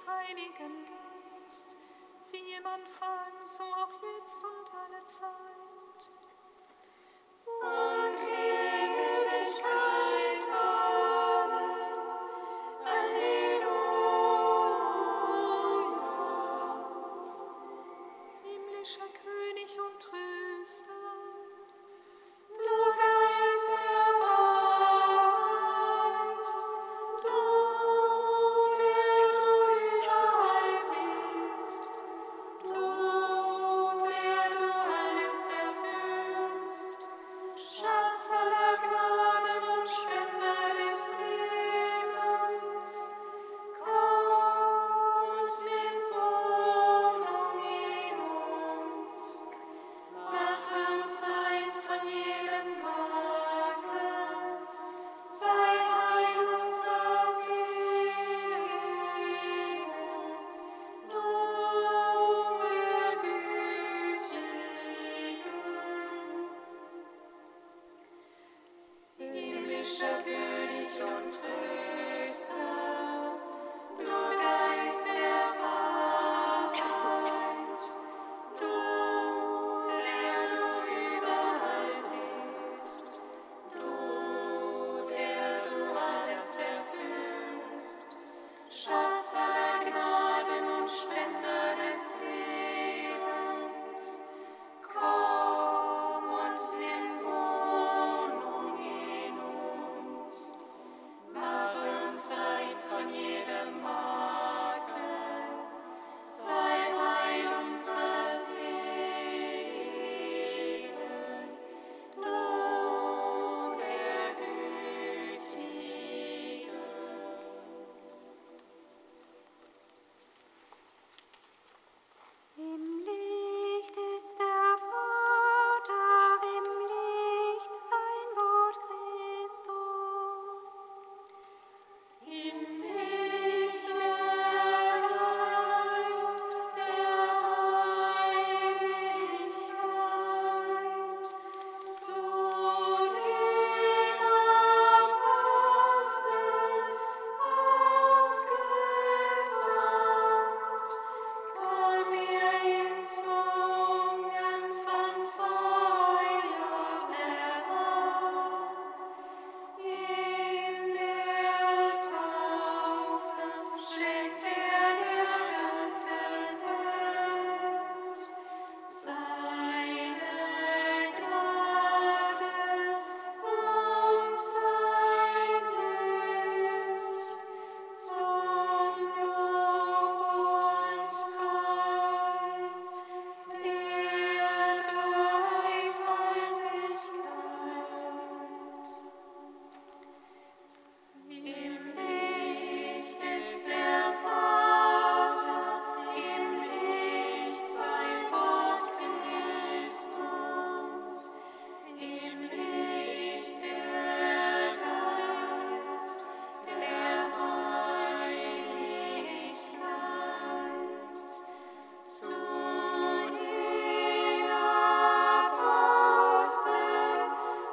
Heiligen Geist, wie im Anfang, so auch jetzt und alle Zeit. Und in Ewigkeit. Amen. Halleluja. Himmlischer König und Tröster, Du Geist der Wahrheit, du, der du überall bist, du, der du alles erfüllst, Schatz aller Gnaden und Spender des Lebens, komm und nimm Wohnung in uns. Mach uns ein von jedem Makel, sei Heil unserer Seele, du der Gütige. Himmlischer König und Tröster, du Geist der Wahrheit, du, der du überall bist, du, der du alles erfüllst, Schatz aller Gnaden und Spender des Lebens, komm und nimm Wohnung in uns. Mach uns rein von jedem Makel, sei Heil unserer Seele, du der Gütige. Im Licht ist der Vater, im Licht sein Wort Christus. Im Licht der Geist der Heiligkeit, zu den Aposteln ausgesandt, kam in Zungen von Feuer herab. In der Taufe schenkt der ganzen Welt seine Gnade und sein Licht zum Lob und Preis der Dreifaltigkeit. Im Licht ist der Vater, im Licht sein Wort Christus, im Licht der Geist der Heiligkeit, zu den Aposteln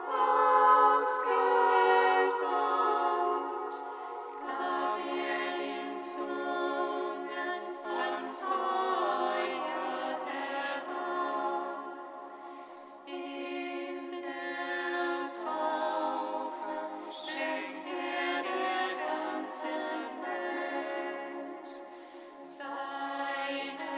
ausgesandt, kam in Zungen von Feuer herab. In der Taufe schenkt der ganzen Welt seine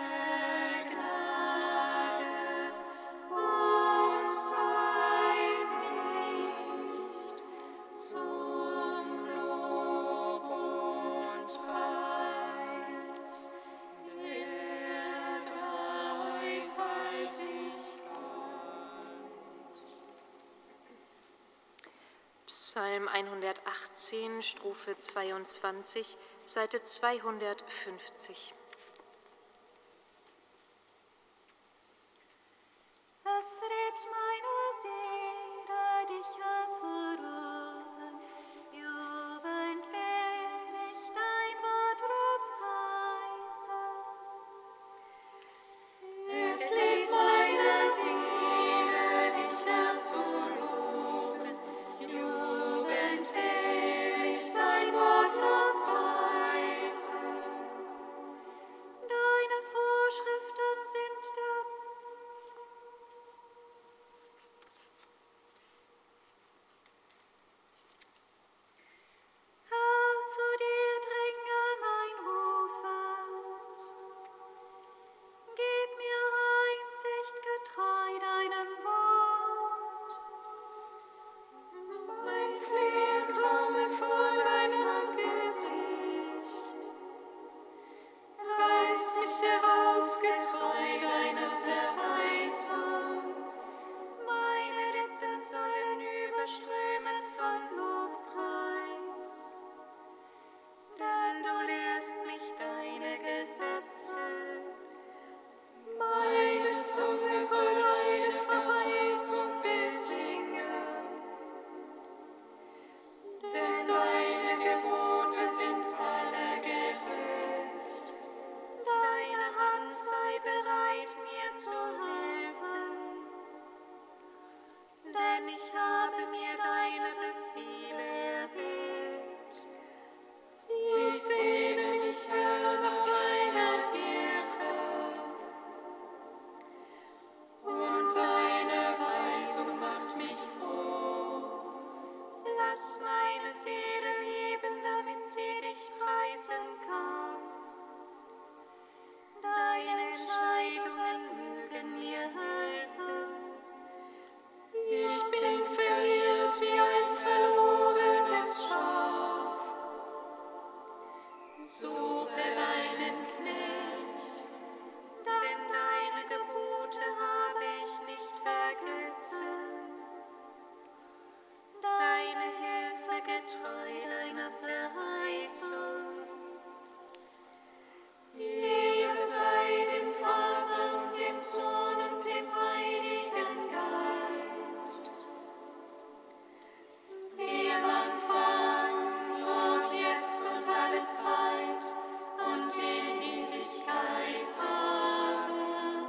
Gnade und sein Licht zum Lob und Preis der Dreifaltigkeit. Psalm 118, Strophe 22, Seite 250. Es regt meine Seele, dich anzurufen. Jubelnd werde ich dein Wort lobpreisen. Es liegt meiner Seele, dich anzuloben, jubelnd werde ich dein Wort lobpreisen. Lass meine Seele leben, damit sie dich preisen kann. Deine Entscheidungen mögen mir helfen. Ich bin verirrt wie ein verlorenes Schaf. Suche deinen Knecht, Denn deine Gebote habe ich nicht vergessen. Deine Hilfe getreu deiner Verheißung. Ehre sei dem Vater und dem Sohn und dem Heiligen Geist. Wie am Anfang, so auch jetzt und alle Zeit und in Ewigkeit. Amen.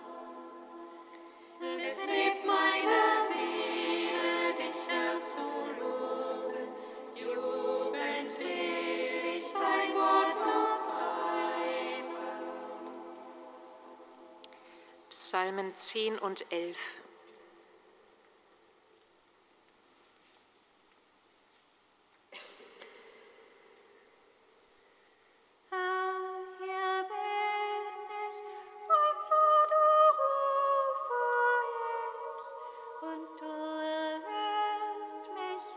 Es lebt meine Seele, dich Herr zu loben. Jubelnd will ich dein Wort lobpreisen. Psalmen 10 und 11. Hier bin ich, und zu dir rufe ich, und du erhörst mich,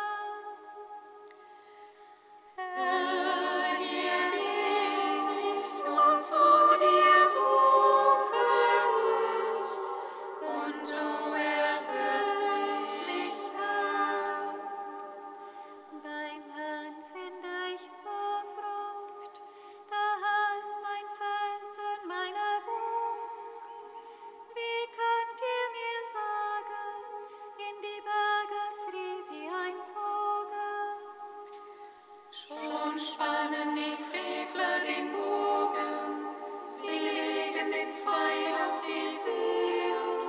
Herr, hier bin ich, und zu dir rufe ich, und du erhörst mich, Herr. Beim Herrn finde ich Zuflucht, da ist mein Felsen, meine Burg. Wie könnt ihr mir sagen, in die Berge flieh wie ein Vogel? Schon spannen die Frevler den Bogen, sie legen den Pfeil auf die Seele.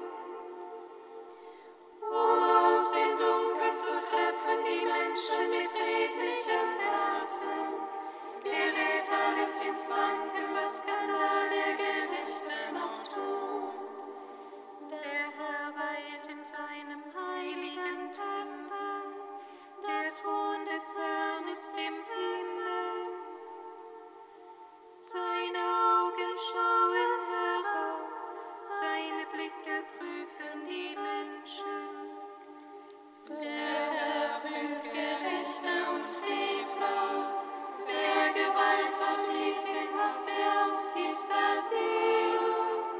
Um aus dem Dunkel zu treffen, die Menschen mit redlichem Herzen, gerät alles ins Wanken, was kann alle Gerechte noch tun? Der Herr weilt in seinem heiligen Tempel, der Thron des Herrn ist im Himmel. Seine Augen schauen herab, seine Blicke prüfen die Menschen. Der Herr prüft Gerechte und Frevler, wer Gewalt hat, liebt den Hass der aus tiefster Seele.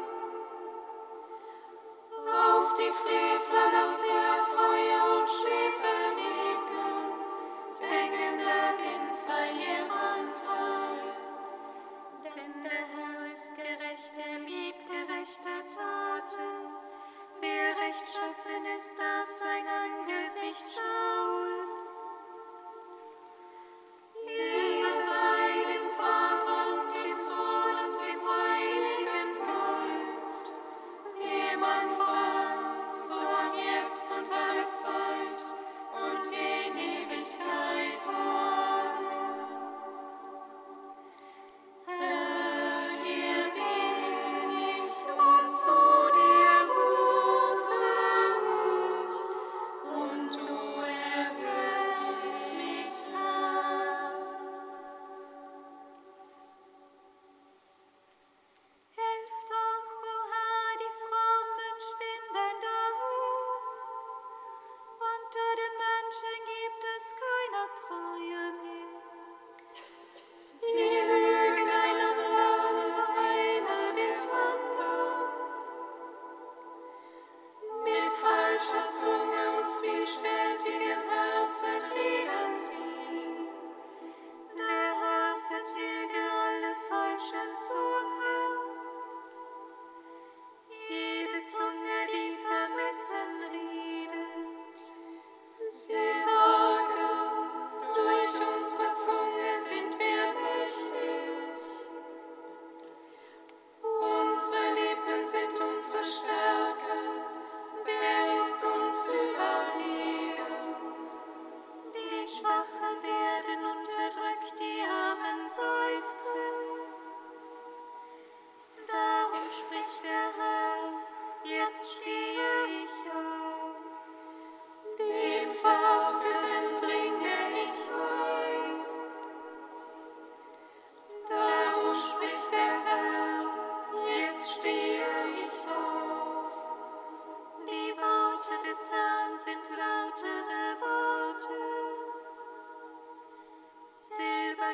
Auf die Frevler lass er Feuer und Schwefel regnen, sengender Wind sei ihr Anteil. Denn der Herr ist gerecht, er liebt gerechte Taten. Wer rechtschaffen ist, darf sein Angesicht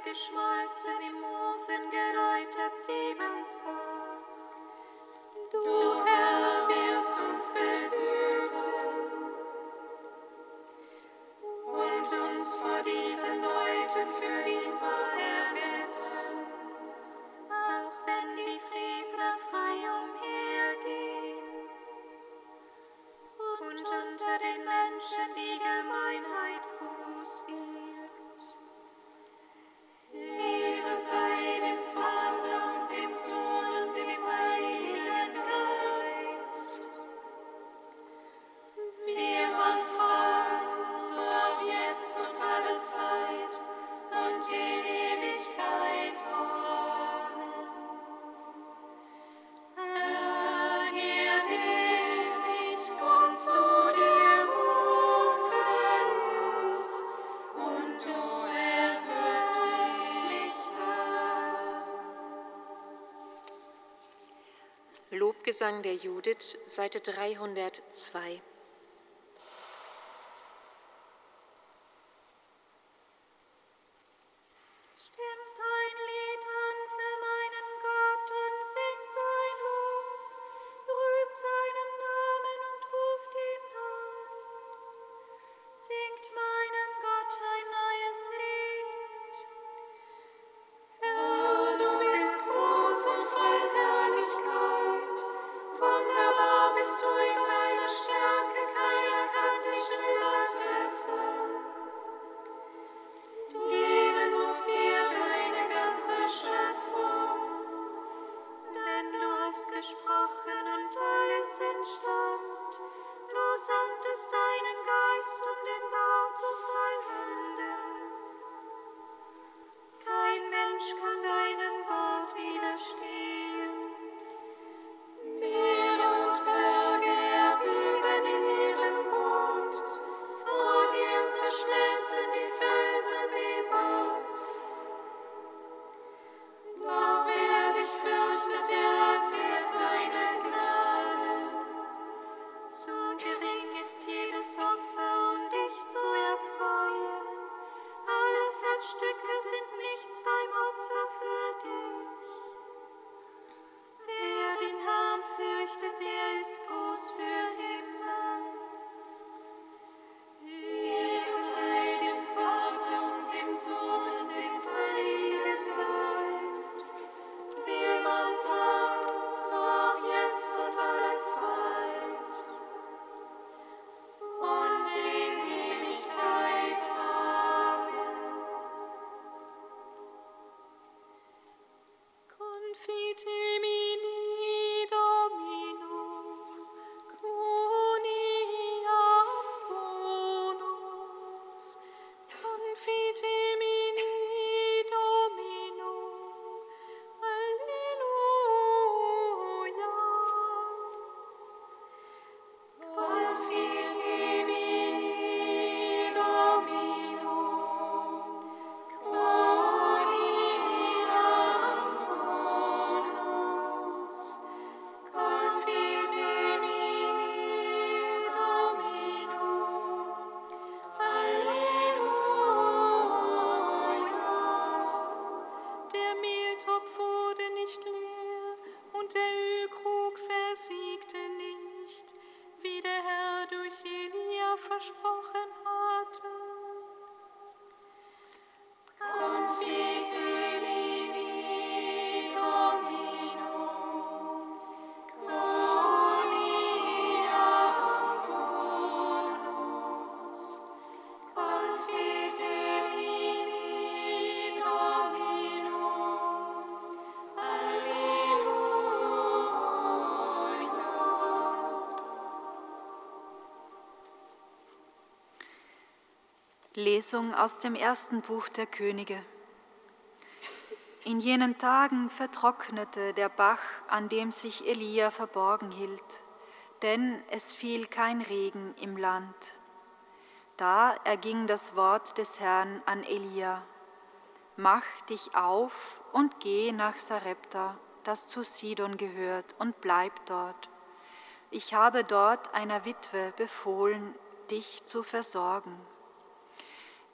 geschmolzen, im Ofen geläutert siebenfach. Du, Herr, wirst uns behüten und uns vor diesen Leuten für immer erretten. Auch wenn die Frevler frei umhergehen und unter den Menschen die Gemeinheit groß wird. Ehre sei dem Vater und dem Sohn und dem Heiligen Geist, wie am Anfang, so auch jetzt und alle Zeit und in Ewigkeit. Amen. Herr, hier bin ich und zu dir rufe ich, und du erhörst mich, Herr. Lobgesang der Judith, Seite 302. Stimmt ein Lied an für meinen Gott und singt sein Lob, rühmt seinen Namen und ruft ihn auf. Singt meinem Gott ein neues Lied. Herr, du bist groß und voll Herrlichkeit, wunderbar bist du in deiner Stärke, keiner kann dich übertreffen. Dienen muss dir deine ganze Schöpfung, Denn du hast gesprochen und alles entstand. Du sandtest deinen Geist, um den Bau zu vollenden. Kein Mensch kann deinem Wort widerstehen. Meere und Berge erbeben in ihrem Grund, vor dir zerschmelzen die Felsen wie Wachs. Doch wer dich fürchtet, der erfährt deine Gnade. So gering ist jedes Opfer, um dich zu erfreuen. Alle Fettstücke sind nichts beim Opfer für dich. Wer den Herrn fürchtet, der ist groß für immer. Ehre sei dem Vater und dem Sohn und dem Heiligen Geist, wie im Anfang, so auch jetzt und alle Zeit und in Ewigkeit. Amen. Confite mini Dominum, gloria bonus. Confite mini Dominum, Alleluia. Confite mini Dominum, gloria bonus. Confite mini Dominum, Alleluia. Der Mehltopf wurde nicht leer und der Ölkrug versiegte nicht, wie der Herr durch Elia versprochen hatte. Confite mini Dominum, gloria bonus. Confite mini Dominum, Alleluia. Lesung aus dem ersten Buch der Könige. In jenen Tagen vertrocknete der Bach, an dem sich Elia verborgen hielt, denn es fiel kein Regen im Land. Da erging das Wort des Herrn an Elia: Mach dich auf und geh nach Sarepta, das zu Sidon gehört, und bleib dort. Ich habe dort einer Witwe befohlen, dich zu versorgen.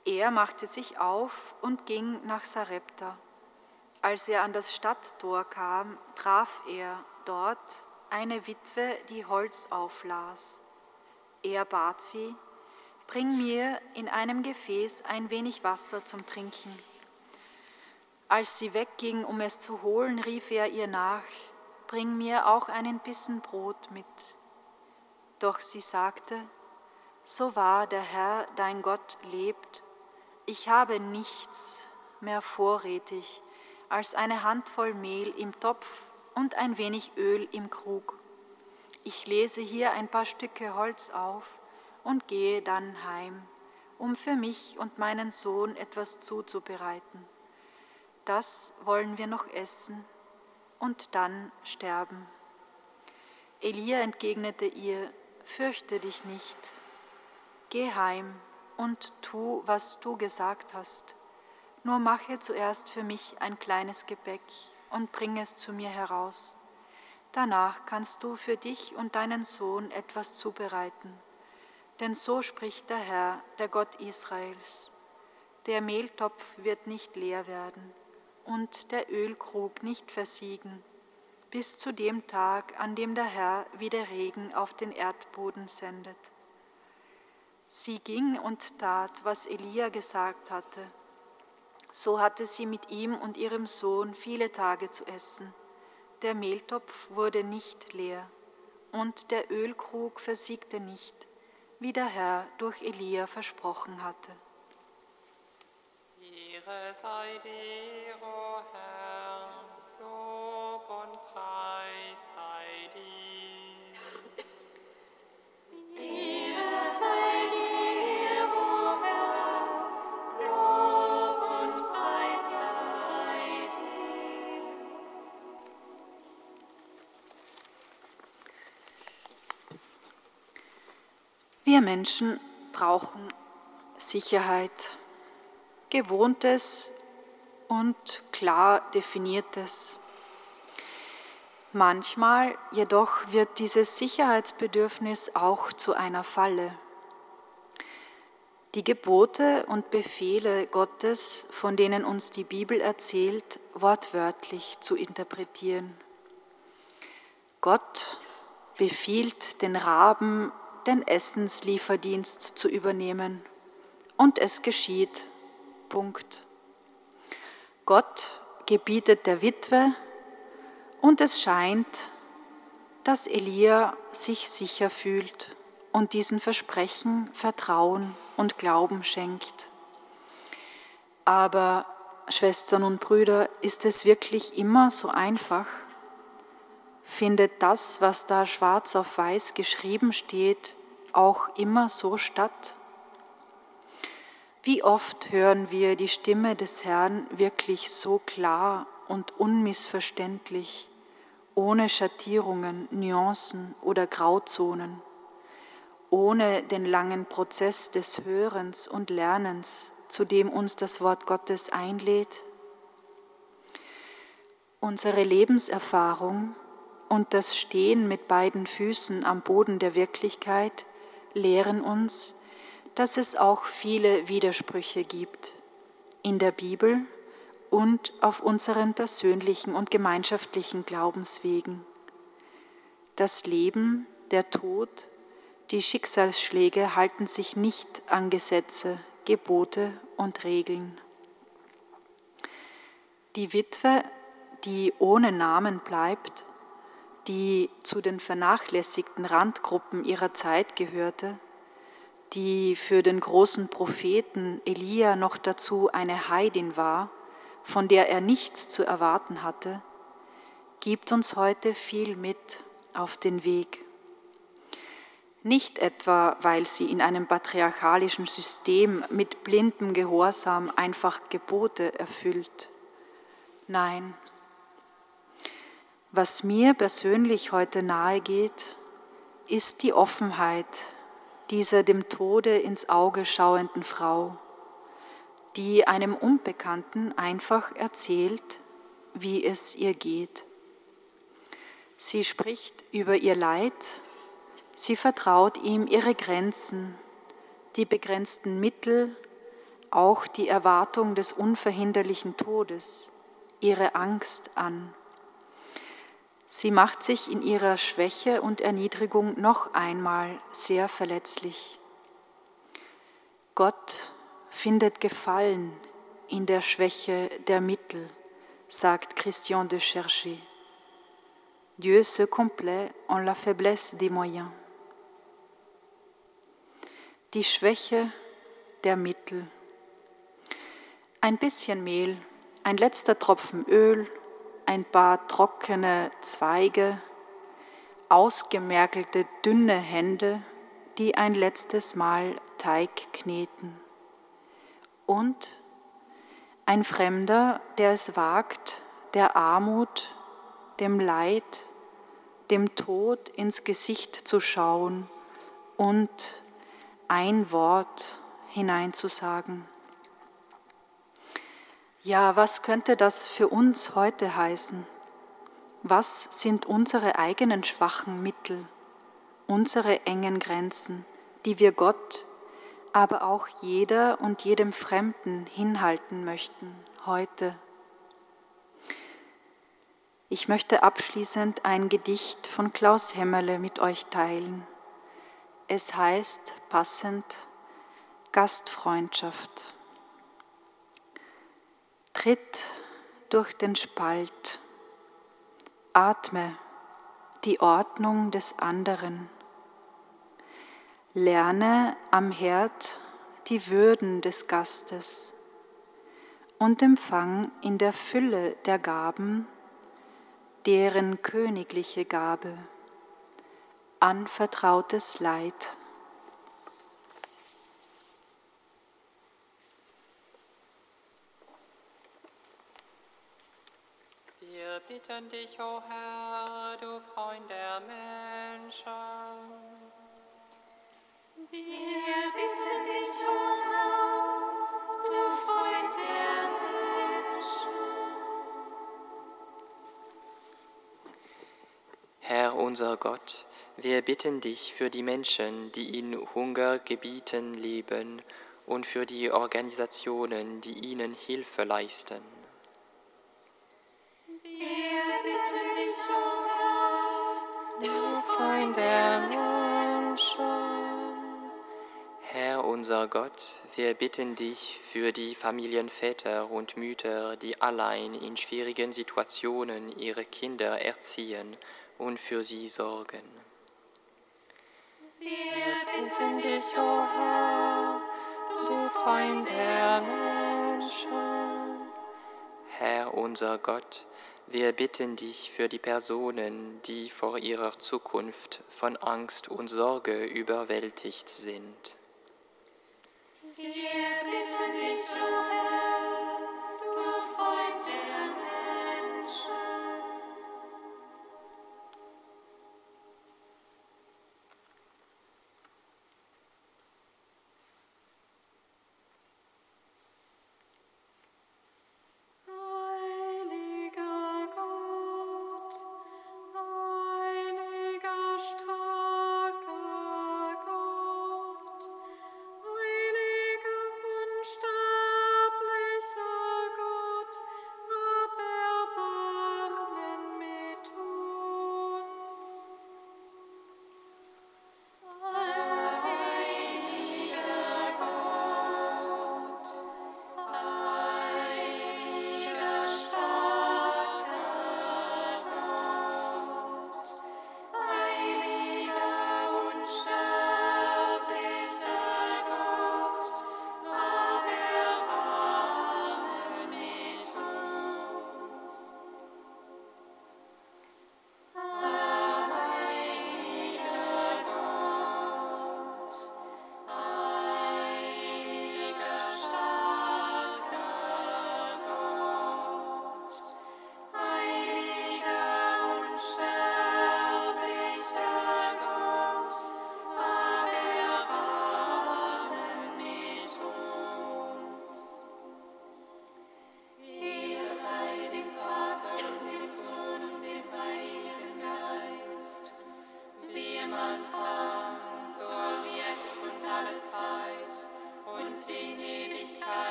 Er machte sich auf und ging nach Sarepta. Als er an das Stadttor kam, traf er dort eine Witwe, die Holz auflas. Er bat sie: Bring mir in einem Gefäß ein wenig Wasser zum Trinken. Als sie wegging, um es zu holen, rief er ihr nach: Bring mir auch einen Bissen Brot mit. Doch sie sagte: So wahr der Herr, dein Gott, lebt, ich habe nichts mehr vorrätig als eine Handvoll Mehl im Topf und ein wenig Öl im Krug. Ich lese hier ein paar Stücke Holz auf und gehe dann heim, um für mich und meinen Sohn etwas zuzubereiten. Das wollen wir noch essen und dann sterben. Elia entgegnete ihr: Fürchte dich nicht. Geh heim und tu, was du gesagt hast. Nur mache zuerst für mich ein kleines Gebäck und bring es zu mir heraus. Danach kannst du für dich und deinen Sohn etwas zubereiten. Denn so spricht der Herr, der Gott Israels: Der Mehltopf wird nicht leer werden und der Ölkrug nicht versiegen, bis zu dem Tag, an dem der Herr wieder Regen auf den Erdboden sendet. Sie ging und tat, was Elia gesagt hatte. So hatte sie mit ihm und ihrem Sohn viele Tage zu essen. Der Mehltopf wurde nicht leer und der Ölkrug versiegte nicht, wie der Herr durch Elia versprochen hatte. Ehre sei dir, o Herr, Lob und Preis sei dir. Ehre sei dir, o Herr, Lob und Preis sei dir. Wir Menschen brauchen Sicherheit, Gewohntes und klar Definiertes. Manchmal jedoch wird dieses Sicherheitsbedürfnis auch zu einer Falle. Die Gebote und Befehle Gottes, von denen uns die Bibel erzählt, wortwörtlich zu interpretieren. Gott befiehlt den Raben, den Essenslieferdienst zu übernehmen, und es geschieht. Punkt. Gott gebietet der Witwe, und es scheint, dass Elia sich sicher fühlt und diesen Versprechen Vertrauen und Glauben schenkt. Aber, Schwestern und Brüder, ist es wirklich immer so einfach? Findet das, was da schwarz auf weiß geschrieben steht, auch immer so statt? Wie oft hören wir die Stimme des Herrn wirklich so klar und unmissverständlich, ohne Schattierungen, Nuancen oder Grauzonen, ohne den langen Prozess des Hörens und Lernens, zu dem uns das Wort Gottes einlädt? Unsere Lebenserfahrung und das Stehen mit beiden Füßen am Boden der Wirklichkeit lehren uns, dass es auch viele Widersprüche gibt in der Bibel und auf unseren persönlichen und gemeinschaftlichen Glaubenswegen. Das Leben, der Tod, die Schicksalsschläge halten sich nicht an Gesetze, Gebote und Regeln. Die Witwe, die ohne Namen bleibt, die zu den vernachlässigten Randgruppen ihrer Zeit gehörte, die für den großen Propheten Elia noch dazu eine Heidin war, von der er nichts zu erwarten hatte, gibt uns heute viel mit auf den Weg. Nicht etwa, weil sie in einem patriarchalischen System mit blindem Gehorsam einfach Gebote erfüllt. Nein. Was mir persönlich heute nahe geht, ist die Offenheit dieser dem Tode ins Auge schauenden Frau, die einem Unbekannten einfach erzählt, wie es ihr geht. Sie spricht über ihr Leid, sie vertraut ihm ihre Grenzen, die begrenzten Mittel, auch die Erwartung des unverhinderlichen Todes, ihre Angst an. Sie macht sich in ihrer Schwäche und Erniedrigung noch einmal sehr verletzlich. Gott findet Gefallen in der Schwäche der Mittel, sagt Christian de Chergy. Dieu se complaît en la faiblesse des moyens. Die Schwäche der Mittel. Ein bisschen Mehl, ein letzter Tropfen Öl, ein paar trockene Zweige, ausgemergelte dünne Hände, die ein letztes Mal Teig kneten. Und ein Fremder, der es wagt, der Armut, dem Leid, dem Tod ins Gesicht zu schauen und ein Wort hineinzusagen. Ja, was könnte das für uns heute heißen? Was sind unsere eigenen schwachen Mittel, unsere engen Grenzen, die wir Gott, aber auch jeder und jedem Fremden hinhalten möchten heute? Ich möchte abschließend ein Gedicht von Klaus Hemmerle mit euch teilen. Es heißt passend Gastfreundschaft. Tritt durch den Spalt, atme die Ordnung des anderen, lerne am Herd die Würden des Gastes und empfang in der Fülle der Gaben deren königliche Gabe, anvertrautes Leid. Wir bitten dich, o Herr, du Freund der Menschen. Wir bitten dich, o Herr, du Freund der Menschen. Herr unser Gott, wir bitten dich für die Menschen, die in Hungergebieten leben und für die Organisationen, die ihnen Hilfe leisten. Wir bitten dich, o Herr, du Freund Der Menschen. Herr unser Gott, wir bitten dich für die Familienväter und Mütter, die allein in schwierigen Situationen ihre Kinder erziehen und für sie sorgen. Wir bitten dich, o Herr, du Freund der Menschen. Herr unser Gott, wir bitten dich für die Personen, die vor ihrer Zukunft von Angst und Sorge überwältigt sind. Wir bitten dich, o Herr, du Freund der Menschen. Heiliger Gott, heiliger, starker Gott,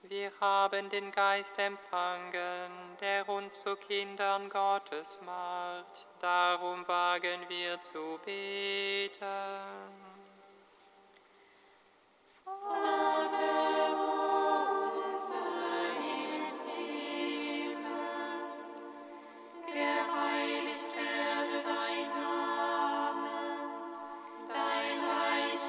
Wir haben den Geist empfangen, der uns zu Kindern Gottes macht. Darum wagen wir zu beten. Vater unser im Himmel, geheiligt werde dein Name, dein Reich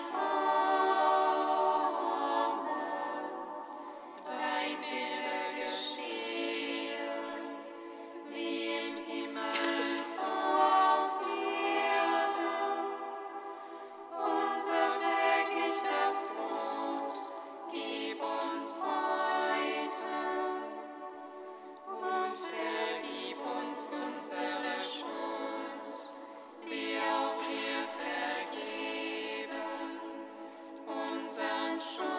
komme, dein Wille geschehe, wie im Himmel so auf Erden. Unser tägliches Brot gib uns heute und vergib uns unsere Schuld, wie auch wir vergeben unseren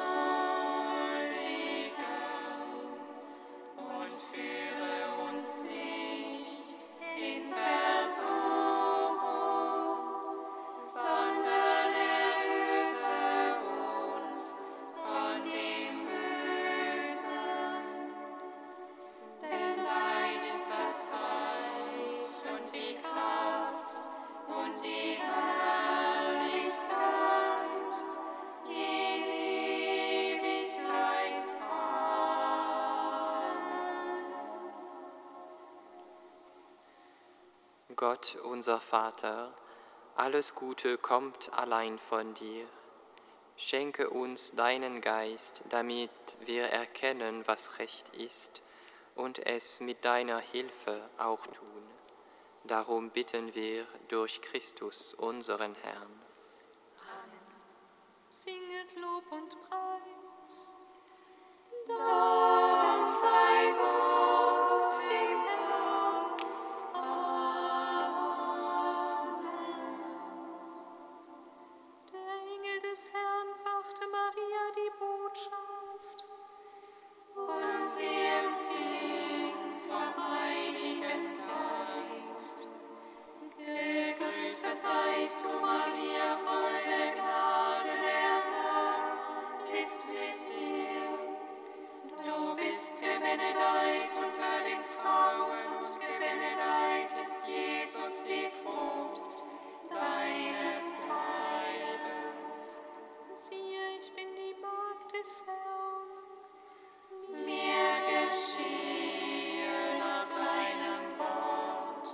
Schuldigen. Und führe uns nicht in Versuchung, sondern erlöse uns von dem Bösen. Denn dein ist das Reich und die Kraft und die Herrlichkeit in Ewigkeit. Amen. Gott, unser Vater, alles Gute kommt allein von dir. Schenke uns deinen Geist, damit wir erkennen, was recht ist und es mit deiner Hilfe auch tun. Darum bitten wir durch Christus, unseren Herrn. Singet Lob und Preis. Dank sei Gott, dem Herrn. Amen. Der Engel des Herrn brachte Maria die Botschaft. Und sie empfing vom Heiligen Geist. Gegrüßet seist du, Maria, voll der Gnade, der Herr ist mit dir. Du bist gebenedeit unter den Frauen, und gebenedeit ist Jesus, die Frucht deines Leibes. Siehe, ich bin die Magd des Herrn. Mir geschehe nach deinem Wort.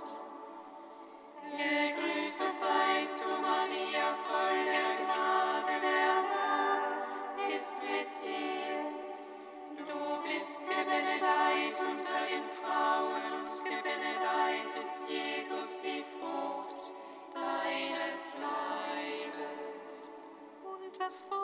Gegrüßet seist du, Maria, voll der Gnade, der Herr ist mit dir. Du bist gebenedeit unter den Frauen, und gebenedeit ist Jesus, die Frucht deines Leibes. Und das Wort